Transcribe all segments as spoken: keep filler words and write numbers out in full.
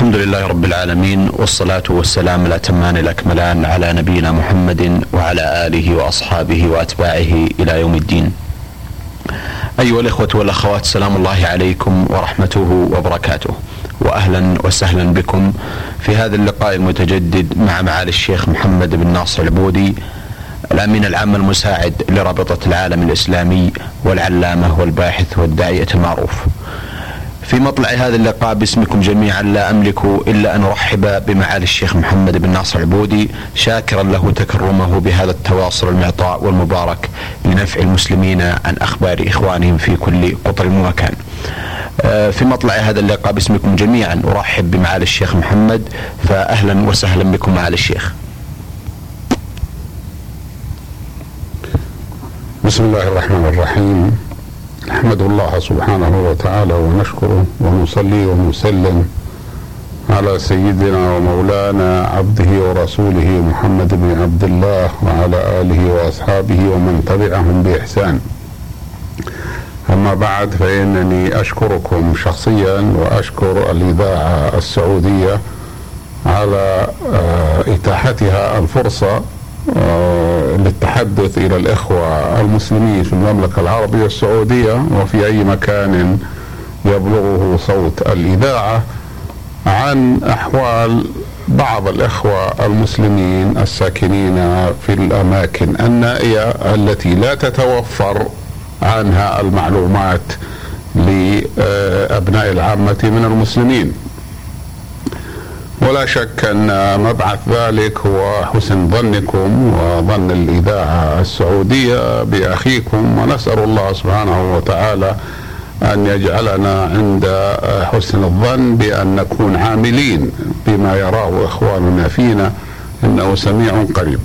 الحمد لله رب العالمين، والصلاة والسلام الأتمان الأكملان على نبينا محمد وعلى آله وأصحابه وأتباعه إلى يوم الدين. أيها الإخوة والأخوات، سلام الله عليكم ورحمته وبركاته، وأهلا وسهلا بكم في هذا اللقاء المتجدد مع معالي الشيخ محمد بن ناصر العبودي، الأمين العام المساعد لرابطة العالم الإسلامي والعلامة والباحث والداعية المعروف. في مطلع هذا اللقاء باسمكم جميعا لا أملك إلا أن أرحب بمعالي الشيخ محمد بن ناصر العبودي، شاكرا له تكرمه بهذا التواصل المعطاء والمبارك لنفع المسلمين عن أخبار إخوانهم في كل قطر ومكان. في مطلع هذا اللقاء باسمكم جميعا أرحب بمعالي الشيخ محمد، فأهلا وسهلا بكم معالي الشيخ. بسم الله الرحمن الرحيم. نحمد الله سبحانه وتعالى ونشكره ونصلي ونسلم على سيدنا ومولانا عبده ورسوله محمد بن عبد الله وعلى آله وأصحابه ومن تبعهم بإحسان. أما بعد، فإنني أشكركم شخصيا وأشكر الإذاعة السعودية على إتاحتها الفرصة للتحدث إلى الإخوة المسلمين في المملكة العربية السعودية وفي أي مكان يبلغه صوت الإذاعة عن أحوال بعض الإخوة المسلمين الساكنين في الأماكن النائية التي لا تتوفر عنها المعلومات لأبناء العامة من المسلمين. ولا شك أن مبعث ذلك هو حسن ظنكم وظن الإذاعة السعودية بأخيكم، ونسأل الله سبحانه وتعالى أن يجعلنا عند حسن الظن بأن نكون عاملين بما يراه إخواننا فينا، إنه سميع قريب.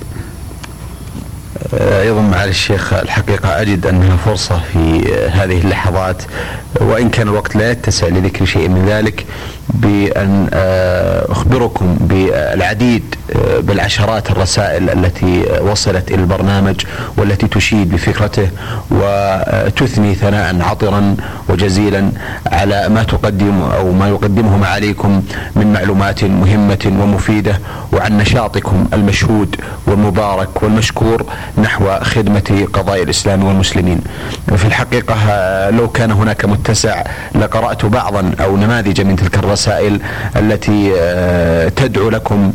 أيضا معالي الشيخ، الحقيقة أجد أنها فرصة في هذه اللحظات، وإن كان الوقت لا يتسع لذكر شيء من ذلك، بأن أخبركم بالعديد بالعشرات الرسائل التي وصلت إلى البرنامج والتي تشيد بفكرته وتثني ثناء عطرا وجزيلا على ما تقدم أو ما يقدمه معاليكم من معلومات مهمة ومفيدة، وعن نشاطكم المشهود والمبارك والمشكور نحو خدمة قضايا الإسلام والمسلمين. في الحقيقة لو كان هناك متسع لقرأت بعضا أو نماذج من تلك الرسائل التي تدعو لكم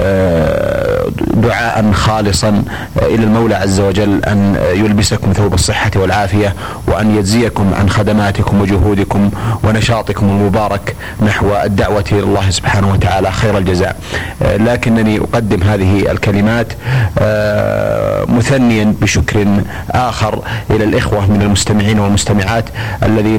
دعاء خالصا إلى المولى عز وجل أن يلبسكم ثوب الصحة والعافية، وأن يجزيكم عن خدماتكم وجهودكم ونشاطكم المبارك نحو الدعوة إلى الله سبحانه وتعالى خير الجزاء. لكنني أقدم هذه الكلمات مثنيا بشكر آخر إلى الإخوة من المستمعين والمستمعات الذين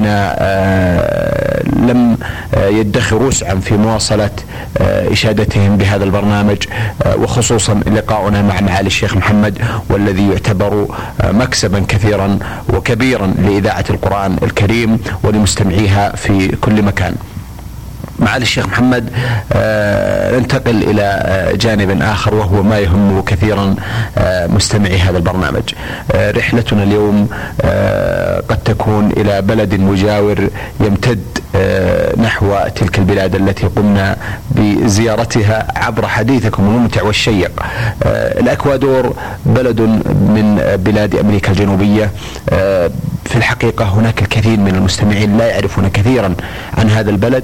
لم يدخروا وسعا في مواصلة إشادتهم بهذا البرنامج، وخصوصا لقاؤنا مع معالي الشيخ محمد، والذي يعتبر مكسبا كثيرا وكبيرا لإذاعة القرآن الكريم ولمستمعيها في كل مكان. معالي الشيخ محمد، آه ننتقل إلى آه جانب آخر وهو ما يهم كثيرا آه مستمعي هذا البرنامج. آه رحلتنا اليوم آه قد تكون إلى بلد مجاور يمتد آه نحو تلك البلاد التي قمنا بزيارتها عبر حديثكم الممتع والشيق. آه الأكوادور بلد من بلاد أمريكا الجنوبية. آه في الحقيقة هناك الكثير من المستمعين لا يعرفون كثيرا عن هذا البلد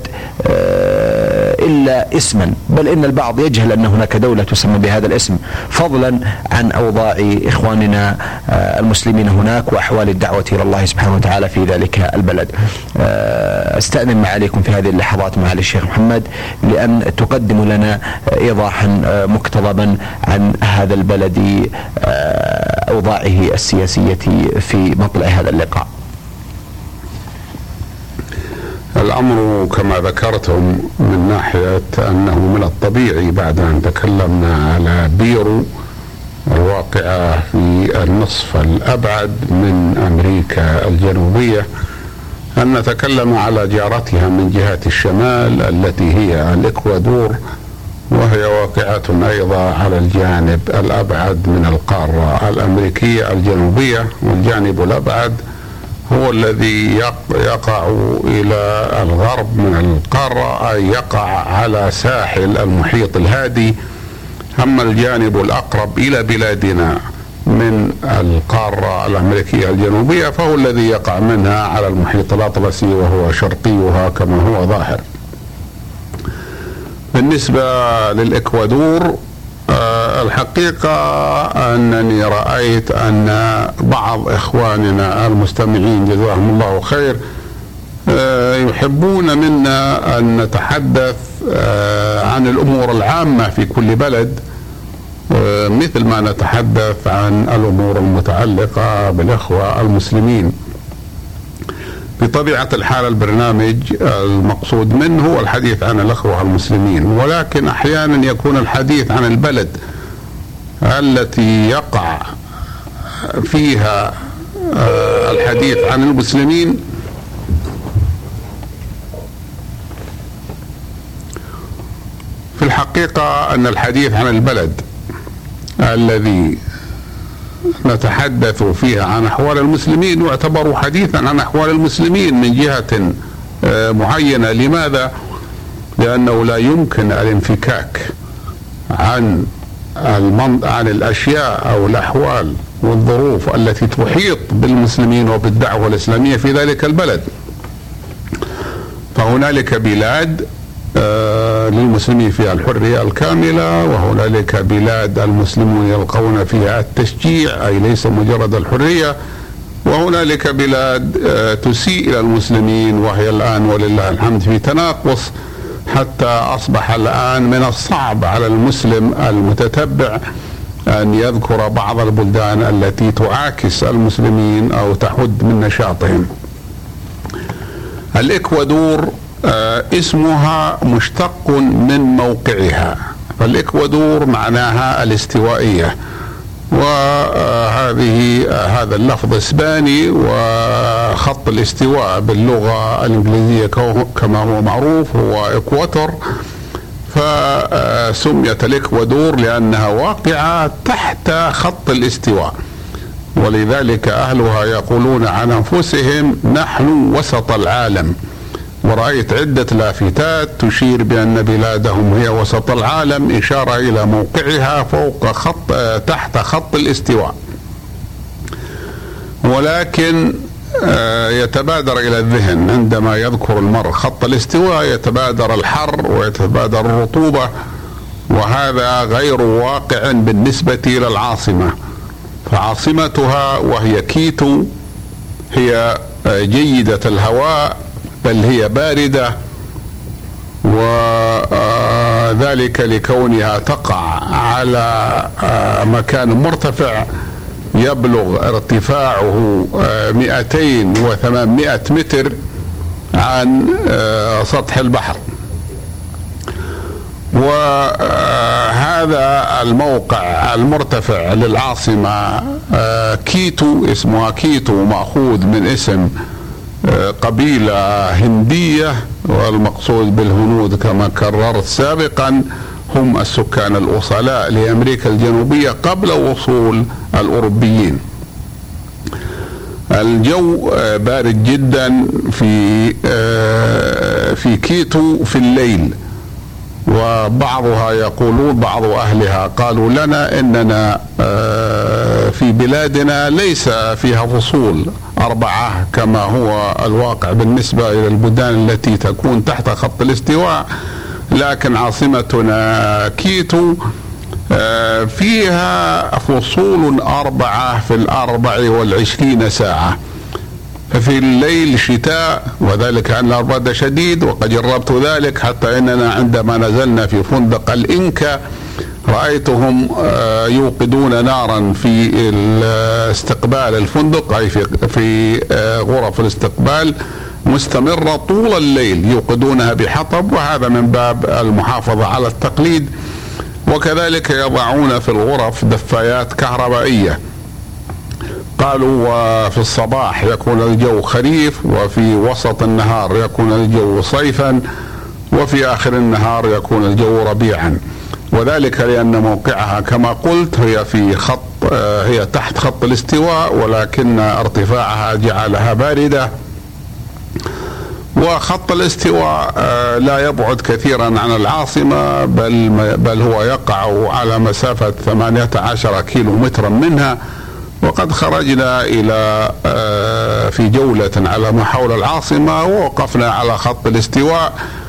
إلا اسما، بل إن البعض يجهل أن هناك دولة تسمى بهذا الاسم، فضلا عن أوضاع إخواننا المسلمين هناك وأحوال الدعوة إلى الله سبحانه وتعالى في ذلك البلد. أستأذن معاليكم في هذه اللحظات معالي الشيخ محمد لأن تقدم لنا إيضاحا مقتضبا عن هذا البلد، أوضاعه السياسية في مطلع هذا اللقاء. الأمر كما ذكرتم من ناحية أنه من الطبيعي بعد أن تكلمنا على بيرو الواقعة في النصف الأبعد من أمريكا الجنوبية أن نتكلم على جارتها من جهة الشمال التي هي الإكوادور، وهي واقعة أيضا على الجانب الأبعد من القارة الأمريكية الجنوبية، والجانب الأبعد هو الذي يقع إلى الغرب من القارة، أي يقع على ساحل المحيط الهادي. أما الجانب الأقرب إلى بلادنا من القارة الأمريكية الجنوبية فهو الذي يقع منها على المحيط الأطلسي وهو شرقيها كما هو ظاهر. بالنسبة للإكوادور الحقيقة أنني رأيت أن بعض إخواننا المستمعين جزاهم الله خير يحبون منا أن نتحدث عن الأمور العامة في كل بلد مثل ما نتحدث عن الأمور المتعلقة بالإخوة المسلمين. بطبيعة الحال البرنامج المقصود منه هو الحديث عن الأخوة المسلمين، ولكن أحيانا يكون الحديث عن البلد التي يقع فيها الحديث عن المسلمين في الحقيقة أن الحديث عن البلد الذي نتحدث فيها عن أحوال المسلمين يعتبر حديثا عن أحوال المسلمين من جهة معينة. لماذا؟ لأنه لا يمكن الانفكاك عن عن الأشياء أو الأحوال والظروف التي تحيط بالمسلمين وبالدعوة الإسلامية في ذلك البلد. فهنالك بلاد للمسلمين فيها الحرية الكاملة، وهنالك بلاد المسلمون يلقون فيها التشجيع أي ليس مجرد الحرية، وهنالك بلاد تسيء إلى المسلمين وهي الآن ولله الحمد في تناقص، حتى أصبح الآن من الصعب على المسلم المتتبع أن يذكر بعض البلدان التي تعاكس المسلمين أو تحد من نشاطهم. الإكوادور اسمها مشتق من موقعها، فالإكوادور معناها الاستوائية، وهذه هذا اللفظ اسباني، وخط الاستواء باللغة الإنجليزية كما هو معروف هو إكواتور، فسميت الإكوادور لأنها واقعة تحت خط الاستواء، ولذلك أهلها يقولون عن أنفسهم نحن وسط العالم. ورأيت عدة لافتات تشير بأن بلادهم هي وسط العالم، إشارة إلى موقعها فوق خط تحت خط الاستواء. ولكن يتبادر إلى الذهن عندما يذكر المرء خط الاستواء يتبادر الحر ويتبادر الرطوبة، وهذا غير واقع بالنسبة إلى العاصمة. فعاصمتها وهي كيتو هي جيدة الهواء بل هي باردة، وذلك لكونها تقع على مكان مرتفع يبلغ ارتفاعه مئتين وثمانمائة متر عن سطح البحر. وهذا الموقع المرتفع للعاصمة كيتو اسمها كيتو مأخوذ من اسم قبيلة هندية، والمقصود بالهنود كما كررت سابقا هم السكان الأصلاء لأمريكا الجنوبية قبل وصول الأوروبيين. الجو بارد جدا في في كيتو في الليل، وبعضها يقولون بعض أهلها قالوا لنا إننا في بلادنا ليس فيها فصول أربعة كما هو الواقع بالنسبة إلى البلدان التي تكون تحت خط الاستواء، لكن عاصمتنا كيتو فيها فصول أربعة في الأربع والعشرين ساعة. ففي الليل شتاء، وذلك أن البرد شديد، وقد جربت ذلك حتى أننا عندما نزلنا في فندق الإنكا رأيتهم يوقدون نارا في استقبال الفندق، أي في في غرف الاستقبال مستمرة طول الليل يوقدونها بحطب، وهذا من باب المحافظة على التقليد. وكذلك يضعون في الغرف دفايات كهربائية. قالوا وفي الصباح يكون الجو خريف، وفي وسط النهار يكون الجو صيفا، وفي آخر النهار يكون الجو ربيعا. وذلك لأن موقعها كما قلت هي في خط هي تحت خط الاستواء، ولكن ارتفاعها جعلها باردة. وخط الاستواء لا يبعد كثيرا عن العاصمة، بل بل هو يقع على مسافة ثمانية عشر كيلو مترا منها. وقد خرجنا إلى في جولة على ما حول العاصمة، ووقفنا على خط الاستواء،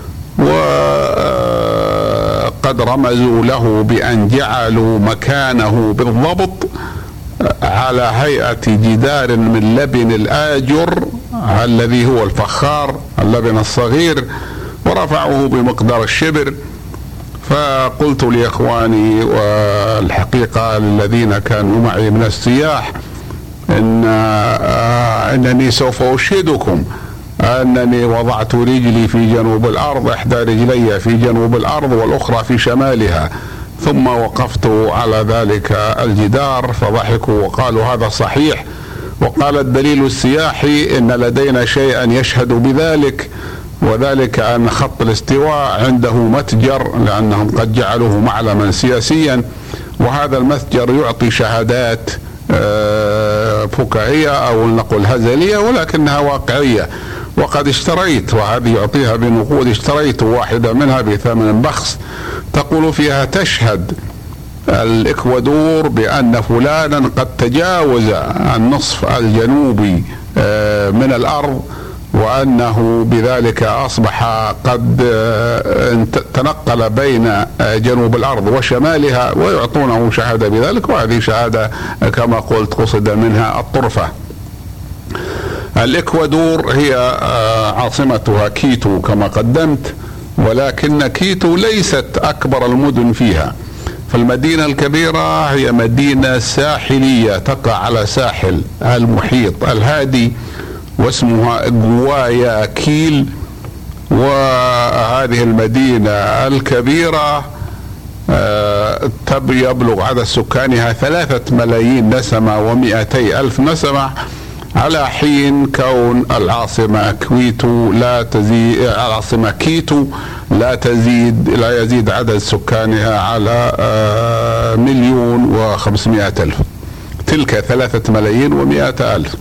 وقد رمزوا له بأن جعلوا مكانه بالضبط على هيئة جدار من لبن الآجر الذي هو الفخار، اللبن الصغير، ورفعوه بمقدار الشبر. فقلت لإخواني والحقيقة الذين كانوا معي من السياح إن آه إنني سوف أشهدكم أنني وضعت رجلي في جنوب الأرض، إحدى رجلي في جنوب الأرض والأخرى في شمالها، ثم وقفت على ذلك الجدار فضحكوا وقالوا هذا صحيح. وقال الدليل السياحي إن لدينا شيئا يشهد بذلك، وذلك أن خط الاستواء عنده متجر، لأنهم قد جعلوه معلما سياسيا، وهذا المتجر يعطي شهادات فكاهية أو نقول هزلية ولكنها واقعية. وقد اشتريت، وهذه يعطيها بنقود، اشتريت واحدة منها بثمن بخس تقول فيها تشهد الإكوادور بأن فلانا قد تجاوز النصف الجنوبي من الأرض، وأنه بذلك أصبح قد تنقل بين جنوب الأرض وشمالها، ويعطونه شهادة بذلك. وهذه شهادة كما قلت قصد منها الطرفة. الإكوادور هي عاصمتها كيتو كما قدمت، ولكن كيتو ليست أكبر المدن فيها. فالمدينة الكبيرة هي مدينة ساحلية تقع على ساحل المحيط الهادي، واسمها جواياكيل. وهذه المدينة الكبيرة يبلغ عدد سكانها ثلاثة ملايين نسمة ومئتي ألف نسمة، على حين كون العاصمة كويتو لا تزيد العاصمة كيتو لا تزيد لا يزيد عدد سكانها على مليون وخمسمائة ألف، تلك ثلاثة ملايين ومئة ألف.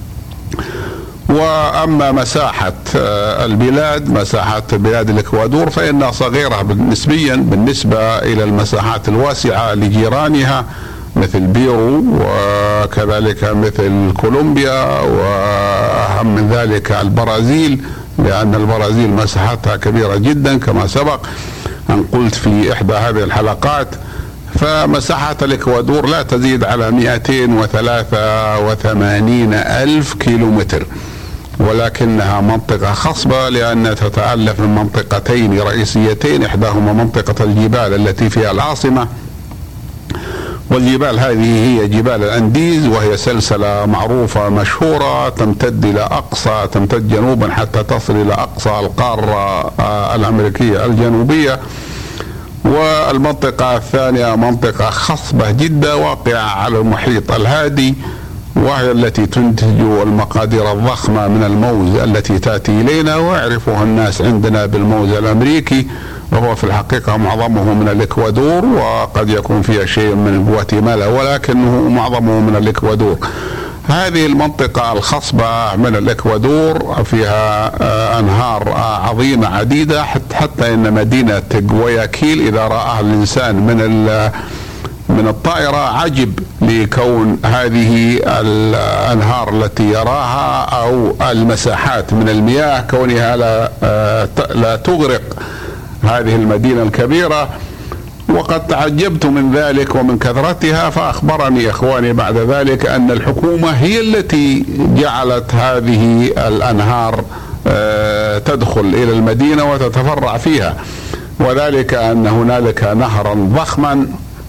وأما مساحة البلاد، مساحة بلاد الإكوادور فإنها صغيرة نسبيا بالنسبة إلى المساحات الواسعة لجيرانها مثل بيرو، وكذلك مثل كولومبيا، وأهم من ذلك البرازيل، لأن البرازيل مساحتها كبيرة جدا كما سبق أن قلت في إحدى هذه الحلقات. فمساحة الإكوادور لا تزيد على مئتين وثلاثة وثمانين ألف كيلومتر، ولكنها منطقة خصبة لأنها تتألف من منطقتين رئيسيتين، إحداهما منطقة الجبال التي فيها العاصمة، والجبال هذه هي جبال الأنديز، وهي سلسلة معروفة مشهورة تمتد إلى أقصى تمتد جنوبا حتى تصل إلى أقصى القارة الأمريكية الجنوبية. والمنطقة الثانية منطقة خصبة جدا واقعة على المحيط الهادي، وهي التي تنتج المقادير الضخمة من الموز التي تأتي إلينا، ويعرفها الناس عندنا بالموز الأمريكي، وهو في الحقيقة معظمه من الإكوادور، وقد يكون فيها شيء من غواتيمالا ولكنه معظمه من الإكوادور. هذه المنطقة الخصبة من الإكوادور فيها أنهار عظيمة عديدة، حتى إن مدينة جواياكيل إذا رآها الإنسان من من الطائرة عجب لكون هذه الأنهار التي يراها أو المساحات من المياه كونها لا لا تغرق هذه المدينة الكبيرة. وقد تعجبت من ذلك ومن كثرتها، فأخبرني إخواني بعد ذلك أن الحكومة هي التي جعلت هذه الأنهار تدخل إلى المدينة وتتفرع فيها، وذلك أن هنالك نهرا ضخما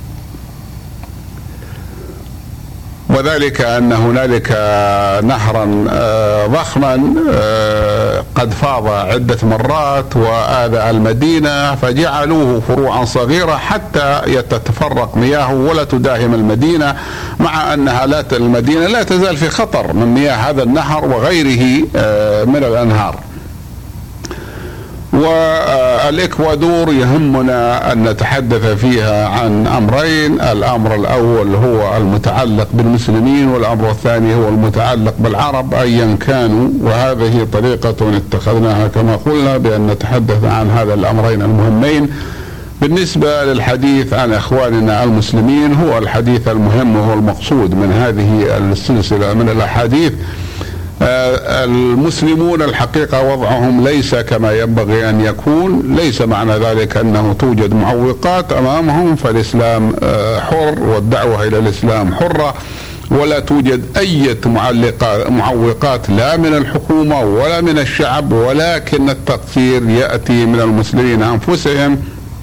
وذلك أن هنالك نهرا ضخما قد فاض عدة مرات وآذى المدينة، فجعلوه فروعا صغيرة حتى يتفرق مياهه ولا تداهم المدينة، مع أنها لا المدينة لا تزال في خطر من مياه هذا النهر وغيره من الأنهار. والإكوادور يهمنا أن نتحدث فيها عن أمرين: الأمر الأول هو المتعلق بالمسلمين، والأمر الثاني هو المتعلق بالعرب أيا كانوا، وهذه طريقة اتخذناها كما قلنا بأن نتحدث عن هذا الأمرين المهمين. بالنسبة للحديث عن إخواننا المسلمين هو الحديث المهم وهو المقصود من هذه السلسلة من الأحاديث. المسلمون الحقيقة وضعهم ليس كما ينبغي أن يكون، ليس معنى ذلك أنه توجد معوقات أمامهم، فالإسلام حر والدعوة إلى الإسلام حرة، ولا توجد أي معوقات لا من الحكومة ولا من الشعب، ولكن التقصير يأتي من المسلمين أنفسهم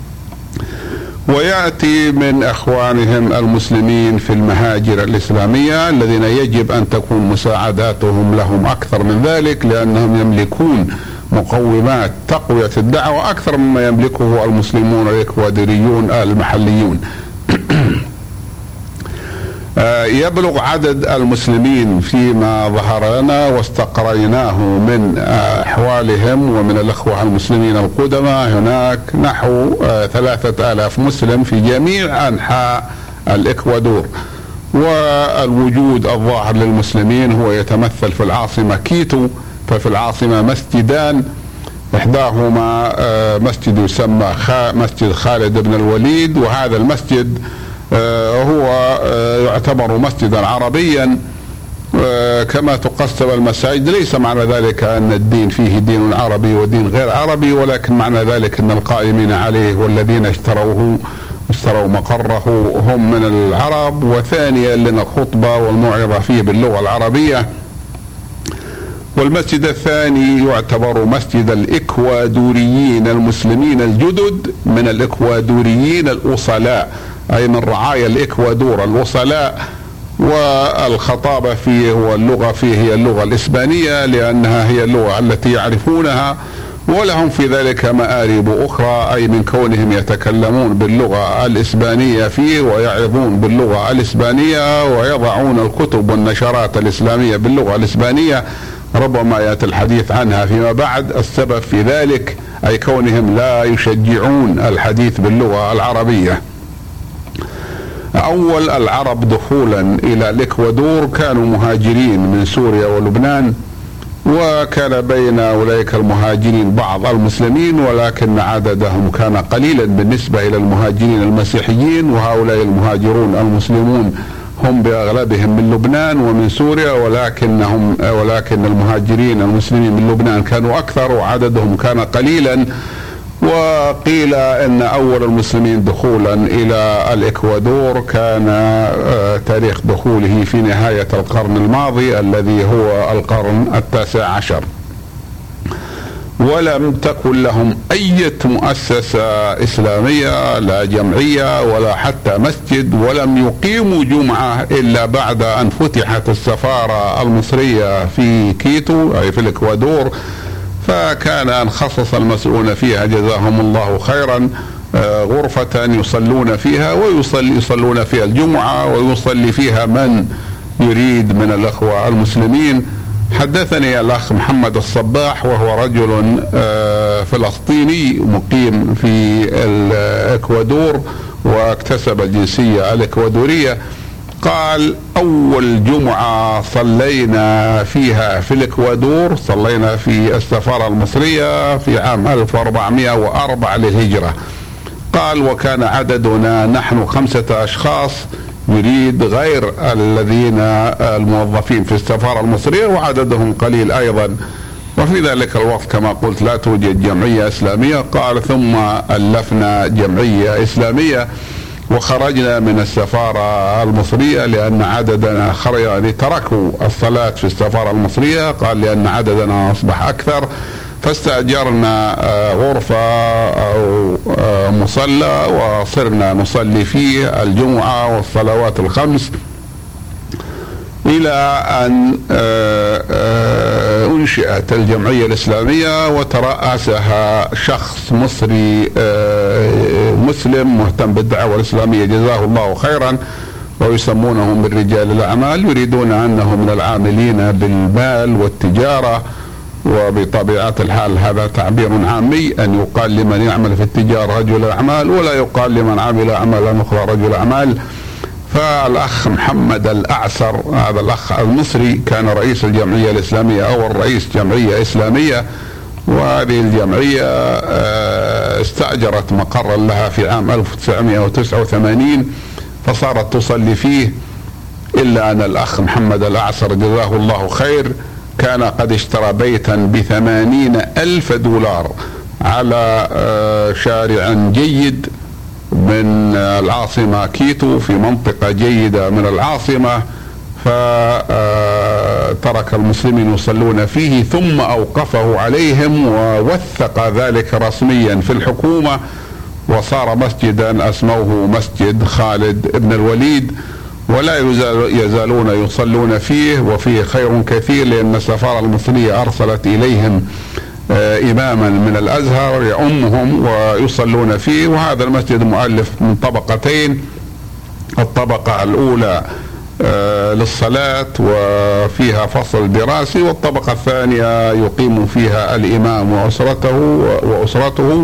ويأتي من أخوانهم المسلمين في المهاجر الإسلامية الذين يجب أن تكون مساعداتهم لهم أكثر من ذلك، لأنهم يملكون مقومات تقوية الدعوة أكثر مما يملكه المسلمون الإكوادوريون المحليون. يبلغ عدد المسلمين فيما ظهر لنا واستقريناه من أحوالهم ومن الأخوة المسلمين القدماء هناك نحو ثلاثة آلاف مسلم في جميع أنحاء الإكوادور، والوجود الظاهر للمسلمين هو يتمثل في العاصمة كيتو. ففي العاصمة مسجدان، إحداهما مسجد يسمى مسجد خالد بن الوليد، وهذا المسجد هو يعتبر مسجدا عربيا كما تقسم المساجد. ليس معنى ذلك أن الدين فيه دين عربي ودين غير عربي، ولكن معنى ذلك أن القائمين عليه والذين اشتروه اشتروا مقره هم من العرب. وثانيا لأن الخطبة والموعظة فيه باللغة العربية. والمسجد الثاني يعتبر مسجد الإكوادوريين المسلمين الجدد من الإكوادوريين الأصلاء، أي من رعايا الإكوادور الوصلاء. والخطابة فيه واللغة فيه هي اللغة الإسبانية لأنها هي اللغة التي يعرفونها، ولهم في ذلك مآرب أخرى، أي من كونهم يتكلمون باللغة الإسبانية فيه ويعظون باللغة الإسبانية ويضعون الكتب والنشرات الإسلامية باللغة الإسبانية، ربما يأتي الحديث عنها فيما بعد. السبب في ذلك أي كونهم لا يشجعون الحديث باللغة العربية. أول العرب دخولا إلى الإكوادور كانوا مهاجرين من سوريا ولبنان، وكان بين أولئك المهاجرين بعض المسلمين، ولكن عددهم كان قليلا بالنسبة إلى المهاجرين المسيحيين. وهؤلاء المهاجرون المسلمون هم بأغلبهم من لبنان ومن سوريا، ولكنهم ولكن المهاجرين المسلمين من لبنان كانوا أكثر وعددهم كان قليلا. وقيل ان اول المسلمين دخولا الى الاكوادور كان تاريخ دخوله في نهاية القرن الماضي الذي هو القرن التاسع عشر، ولم تكن لهم اي مؤسسة اسلامية، لا جمعية ولا حتى مسجد، ولم يقيموا جمعة الا بعد ان فتحت السفارة المصرية في كيتو اي في الاكوادور. فكان أن خصص المسؤولون فيها جزاهم الله خيرا غرفة يصلون فيها ويصلي يصلون فيها الجمعة ويصلي فيها من يريد من الأخوة المسلمين. حدثني الأخ محمد الصباح وهو رجل فلسطيني مقيم في الإكوادور واكتسب الجنسية الإكوادورية، قال أول جمعة صلينا فيها في الإكوادور صلينا في السفارة المصرية في عام ألف وأربعمائة وأربعة للهجرة. قال وكان عددنا نحن خمسة أشخاص، يريد غير الذين الموظفين في السفارة المصرية وعددهم قليل أيضا. وفي ذلك الوقت كما قلت لا توجد جمعية إسلامية. قال ثم ألفنا جمعية إسلامية وخرجنا من السفارة المصرية لأن عددنا خرج يعني تركوا الصلاة في السفارة المصرية. قال لأن عددنا أصبح أكثر، فاستأجرنا غرفة أو مصلى وصرنا نصلي فيه الجمعة والصلوات الخمس إلى أن أنشئت الجمعية الإسلامية وترأسها شخص مصري مسلم مهتم بالدعوة الإسلامية جزاه الله خيرا، ويسمونهم من رجال الأعمال، يريدون أنه من العاملين بالمال والتجارة وبطبيعة الحال هذا تعبير عامي، أن يقال لمن يعمل في التجارة رجل أعمال ولا يقال لمن عمل أعمالا أخرى رجل أعمال. فالأخ محمد الأعسر هذا الأخ المصري كان رئيس الجمعية الإسلامية، أول رئيس جمعية إسلامية، وهذه الجمعية استأجرت مقرا لها في عام ألف وتسعمائة وتسعة وثمانين فصارت تصلي فيه، إلا أن الأخ محمد الأعسر جزاه الله خير كان قد اشترى بيتا بثمانين ألف دولار على شارع جيد من العاصمة كيتو في منطقة جيدة من العاصمة، فترك المسلمين يصلون فيه ثم أوقفه عليهم ووثق ذلك رسميا في الحكومة، وصار مسجدا اسموه مسجد خالد بن الوليد، ولا يزالون يصلون فيه وفيه خير كثير، لأن السفارة المصرية أرسلت إليهم إماما من الأزهر يؤمهم ويصلون فيه. وهذا المسجد مؤلف من طبقتين، الطبقة الأولى للصلاة وفيها فصل دراسي، والطبقة الثانية يقيم فيها الإمام وأسرته وأسرته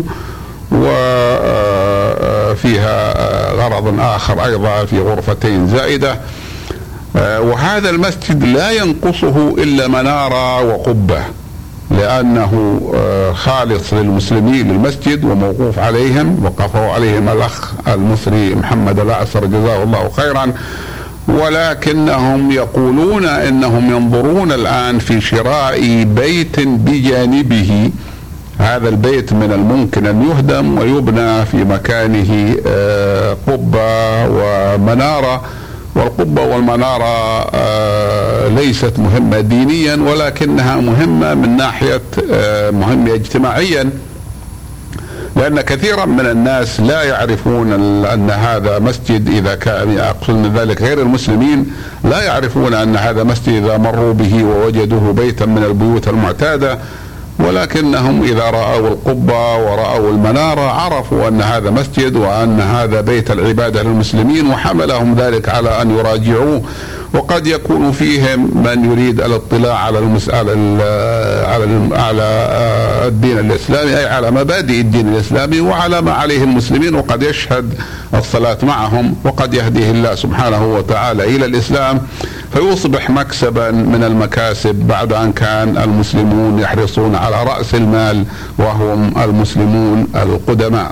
وفيها غرض آخر أيضا في غرفتين زائدة. وهذا المسجد لا ينقصه إلا منارة وقبة، لأنه خالص للمسلمين للمسجد وموقوف عليهم، وقفه عليهم الأخ المصري محمد الأعسر جزاه الله خيرا. ولكنهم يقولون إنهم ينظرون الآن في شراء بيت بجانبه، هذا البيت من الممكن أن يهدم ويبنى في مكانه قبة ومنارة، والقبة والمنارة ليست مهمة دينيا ولكنها مهمة من ناحية مهمة اجتماعيا، لأن كثيرا من الناس لا يعرفون أن هذا مسجد، إذا كان أقصد من ذلك غير المسلمين لا يعرفون أن هذا مسجد إذا مروا به ووجدوه بيتا من البيوت المعتادة، ولكنهم إذا رأوا القبة ورأوا المنارة عرفوا أن هذا مسجد وأن هذا بيت العبادة للمسلمين، وحملهم ذلك على أن يراجعوه. وقد يكون فيهم من يريد الاطلاع على المس... على ال... على ال... على الدين الإسلامي، أي على مبادئ الدين الإسلامي وعلى ما عليه المسلمين، وقد يشهد الصلاة معهم، وقد يهديه الله سبحانه وتعالى إلى الإسلام فيصبح مكسبا من المكاسب، بعد أن كان المسلمون يحرصون على رأس المال وهم المسلمون القدماء.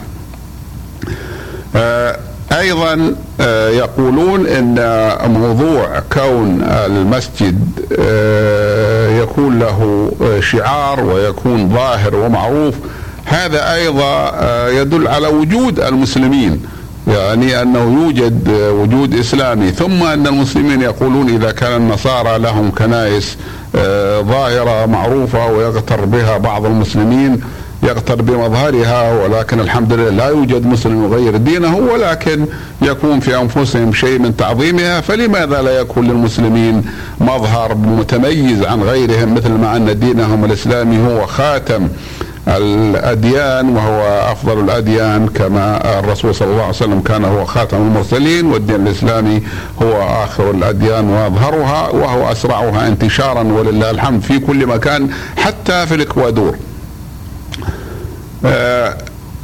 أيضا يقولون إن موضوع كون المسجد يكون له شعار ويكون ظاهر ومعروف، هذا أيضا يدل على وجود المسلمين، يعني أنه يوجد وجود إسلامي. ثم أن المسلمين يقولون إذا كان النصارى لهم كنائس ظاهرة معروفة ويغتر بها بعض المسلمين، يغتر بمظهرها، ولكن الحمد لله لا يوجد مسلم يغير دينه، ولكن يكون في أنفسهم شيء من تعظيمها، فلماذا لا يكون للمسلمين مظهر متميز عن غيرهم، مثل ما أن دينهم الإسلامي هو خاتم الأديان وهو أفضل الأديان، كما الرسول صلى الله عليه وسلم كان هو خاتم المرسلين، والدين الإسلامي هو آخر الأديان وأظهرها وهو أسرعها انتشارا ولله الحمد في كل مكان حتى في الإكوادور. آه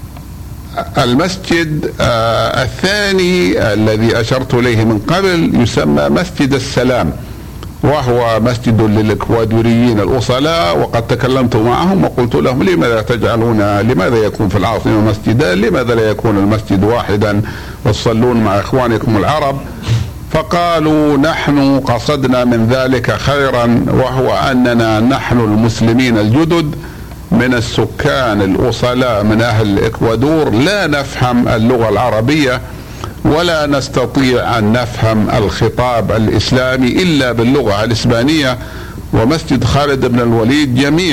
المسجد آه الثاني الذي أشرت إليه من قبل يسمى مسجد السلام، وهو مسجد للإكوادوريين الأصلاء، وقد تكلمت معهم وقلت لهم لماذا تجعلون لماذا يكون في العاصمة مسجدا، لماذا لا يكون المسجد واحدا وتصلون مع إخوانكم العرب؟ فقالوا نحن قصدنا من ذلك خيرا، وهو أننا نحن المسلمين الجدد من السكان الأصلاء من أهل الإكوادور لا نفهم اللغة العربية ولا نستطيع أن نفهم الخطاب الإسلامي إلا باللغة الإسبانية، ومسجد خالد بن الوليد جميع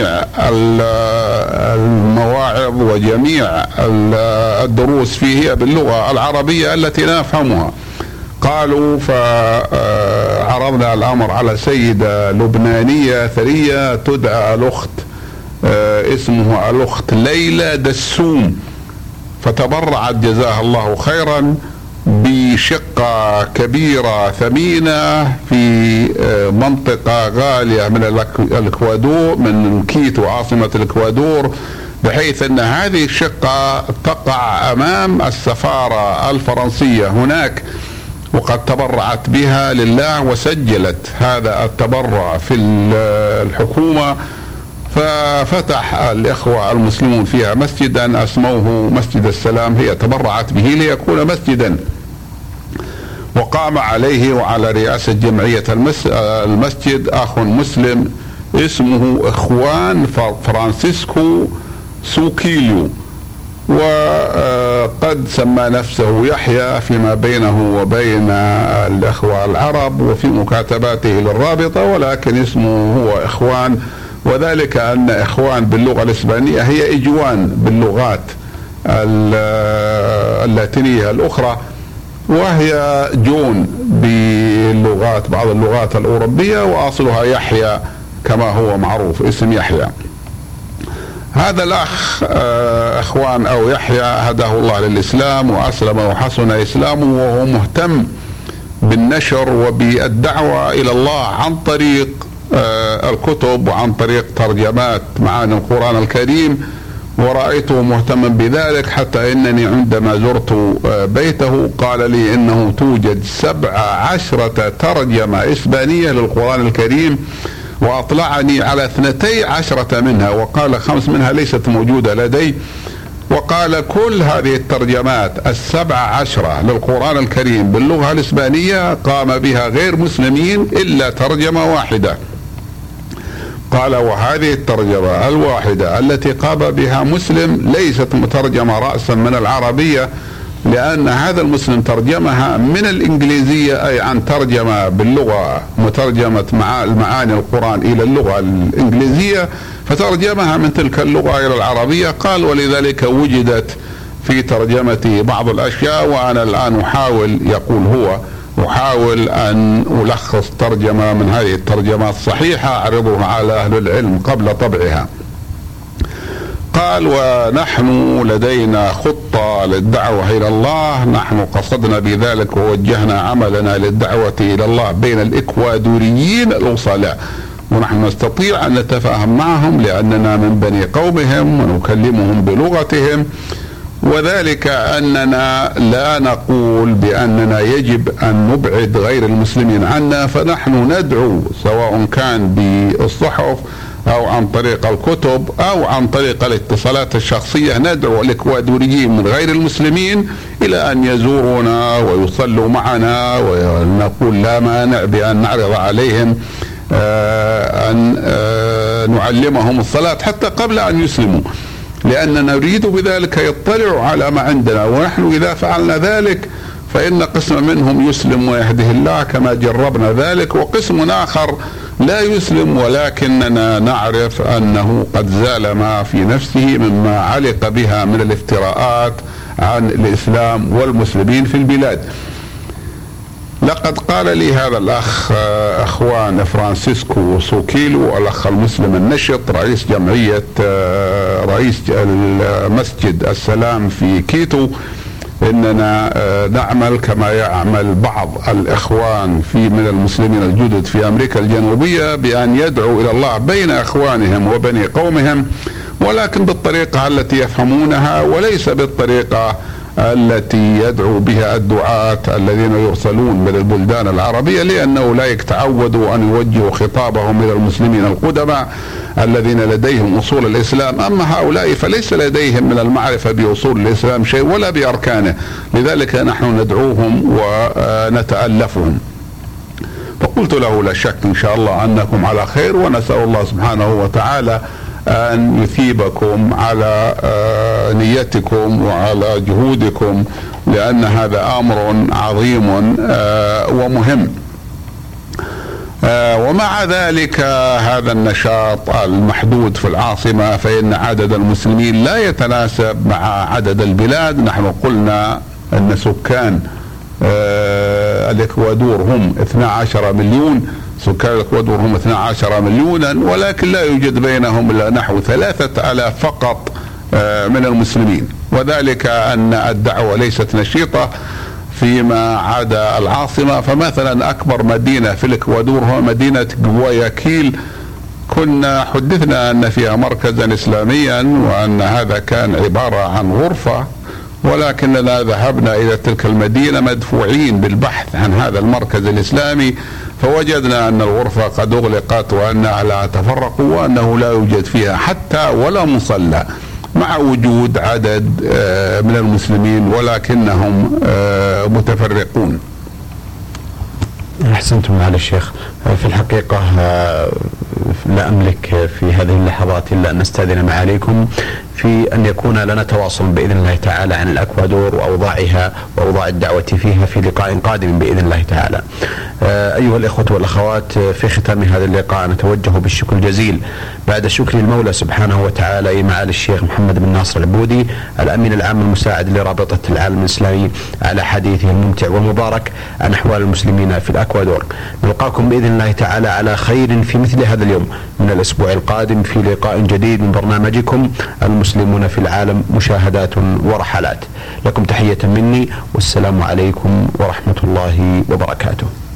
المواعظ وجميع الدروس فيه باللغة العربية التي لا نفهمها. قالوا فعرضنا الأمر على سيدة لبنانية ثرية تدعى الأخت اسمها الأخت ليلى دسوم، فتبرعت جزاها الله خيرا بشقة كبيرة ثمينة في منطقة غالية من الإكوادور، من كيتو عاصمة الإكوادور، بحيث أن هذه الشقة تقع أمام السفارة الفرنسية هناك، وقد تبرعت بها لله وسجلت هذا التبرع في الحكومة. ففتح الإخوة المسلمون فيها مسجدا اسموه مسجد السلام، هي تبرعت به ليكون مسجدا، وقام عليه وعلى رئاسة جمعية المسجد أخ مسلم اسمه إخوان فرانسيسكو سوكيليو، وقد سمى نفسه يحيى فيما بينه وبين الإخوة العرب وفي مكاتباته للرابطة، ولكن اسمه هو إخوان، وذلك أن إخوان باللغة الإسبانية هي إجوان باللغات اللاتينية الأخرى، وهي جون باللغات بعض اللغات الأوروبية، وأصلها يحيى كما هو معروف اسم يحيى. هذا الأخ إخوان أو يحيى هداه الله للإسلام وأسلم وحسن إسلامه، وهو مهتم بالنشر وبالدعوة إلى الله عن طريق الكتب وعن طريق ترجمات معاني القرآن الكريم، ورأيته مهتما بذلك، حتى إنني عندما زرت بيته قال لي إنه توجد سبع عشرة ترجمة إسبانية للقرآن الكريم، وأطلعني على اثنتي عشرة منها، وقال خمس منها ليست موجودة لدي، وقال كل هذه الترجمات السبع عشرة للقرآن الكريم باللغة الإسبانية قام بها غير مسلمين إلا ترجمة واحدة. قال وهذه الترجمة الواحدة التي قام بها مسلم ليست مترجمة رأسا من العربية، لأن هذا المسلم ترجمها من الإنجليزية، أي عن ترجمة باللغة مترجمة مع المعاني القرآن إلى اللغة الإنجليزية، فترجمها من تلك اللغة إلى العربية. قال ولذلك وجدت في ترجمتي بعض الأشياء، وأنا الآن أحاول، يقول هو، أحاول أن ألخص ترجمة من هذه الترجمات الصحيحة أعرضها على أهل العلم قبل طبعها. قال ونحن لدينا خطة للدعوة إلى الله، نحن قصدنا بذلك ووجهنا عملنا للدعوة إلى الله بين الإكوادوريين الأصلاء، ونحن نستطيع أن نتفاهم معهم لأننا من بني قومهم ونكلمهم بلغتهم، وذلك أننا لا نقول بأننا يجب أن نبعد غير المسلمين عنا، فنحن ندعو سواء كان بالصحف أو عن طريق الكتب أو عن طريق الاتصالات الشخصية، ندعو الإكوادوريين من غير المسلمين إلى أن يزورونا ويصلوا معنا، ونقول لا مانع بأن نعرض عليهم أن نعلمهم الصلاة حتى قبل أن يسلموا، لأننا نريد بذلك يطلعوا على ما عندنا، ونحن إذا فعلنا ذلك فإن قسم منهم يسلم ويهده الله كما جربنا ذلك، وقسم آخر لا يسلم ولكننا نعرف أنه قد زال ما في نفسه مما علق بها من الافتراءات عن الإسلام والمسلمين في البلاد. لقد قال لي هذا الأخ أخوان فرانسيسكو سوكيلو، الأخ المسلم النشط رئيس جمعية رئيس مسجد السلام في كيتو، إننا نعمل كما يعمل بعض الإخوان في من المسلمين الجدد في أمريكا الجنوبية بأن يدعوا إلى الله بين إخوانهم وبني قومهم، ولكن بالطريقة التي يفهمونها وليس بالطريقة التي يدعو بها الدعاة الذين يرسلون من البلدان العربية، لأن أولئك تعودوا أن يوجهوا خطابهم إلى المسلمين القدماء الذين لديهم أصول الإسلام، أما هؤلاء فليس لديهم من المعرفة بأصول الإسلام شيء ولا بأركانه، لذلك نحن ندعوهم ونتألفهم. فقلت له لا شك إن شاء الله أنكم على خير، ونسأل الله سبحانه وتعالى أن يثيبكم على نيتكم وعلى جهودكم، لأن هذا أمر عظيم ومهم. ومع ذلك هذا النشاط المحدود في العاصمة، فإن عدد المسلمين لا يتناسب مع عدد البلاد. نحن قلنا أن سكان الإكوادور هم اثني عشر مليون، سكان الإكوادور هم اثني عشر مليونا، ولكن لا يوجد بينهم إلا نحو ثلاثة آلاف فقط من المسلمين، وذلك أن الدعوة ليست نشيطة، فيما عدا العاصمة. فمثلا أكبر مدينة في الإكوادور هو مدينة غواياكيل، كنا حدثنا أن فيها مركزا إسلاميا وأن هذا كان عبارة عن غرفة، ولكننا ذهبنا إلى تلك المدينة مدفوعين بالبحث عن هذا المركز الإسلامي، فوجدنا أن الغرفة قد أغلقت وأن أهلها تفرقوا وأنه لا يوجد فيها حتى ولا مصلى، مع وجود عدد من المسلمين ولكنهم متفرقون. أحسنتم معالي الشيخ. في الحقيقة لا أملك في هذه اللحظات إلا أن نستأذن معاليكم في أن يكون لنا تواصل بإذن الله تعالى عن الأكوادور وأوضاعها وأوضاع الدعوة فيها في لقاء قادم بإذن الله تعالى. أيها الإخوة والأخوات، في ختام هذا اللقاء نتوجه بالشكر الجزيل بعد شكر المولى سبحانه وتعالى معالي الشيخ محمد بن ناصر العبودي الأمين العام المساعد لرابطة العالم الإسلامي على حديثه الممتع والمبارك عن أحوال المسلمين في الأكوادور. نلقاكم بإذن الله تعالى على خير في مثل هذا اليوم من الأسبوع القادم في لقاء جديد من برنامجكم المسلمون في العالم مشاهدات ورحلات. لكم تحية مني والسلام عليكم ورحمة الله وبركاته.